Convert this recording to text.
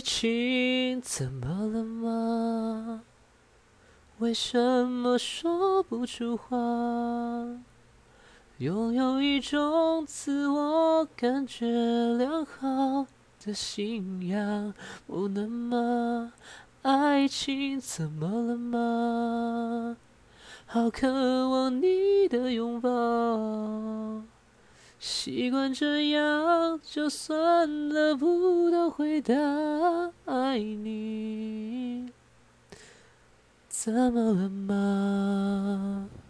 情怎么了吗？为什么说不出话？拥有一种自我感觉良好的信仰，不能吗？爱情怎么了吗？好渴望你的拥抱，习惯这样，就算得不到回答，爱你怎么了吗？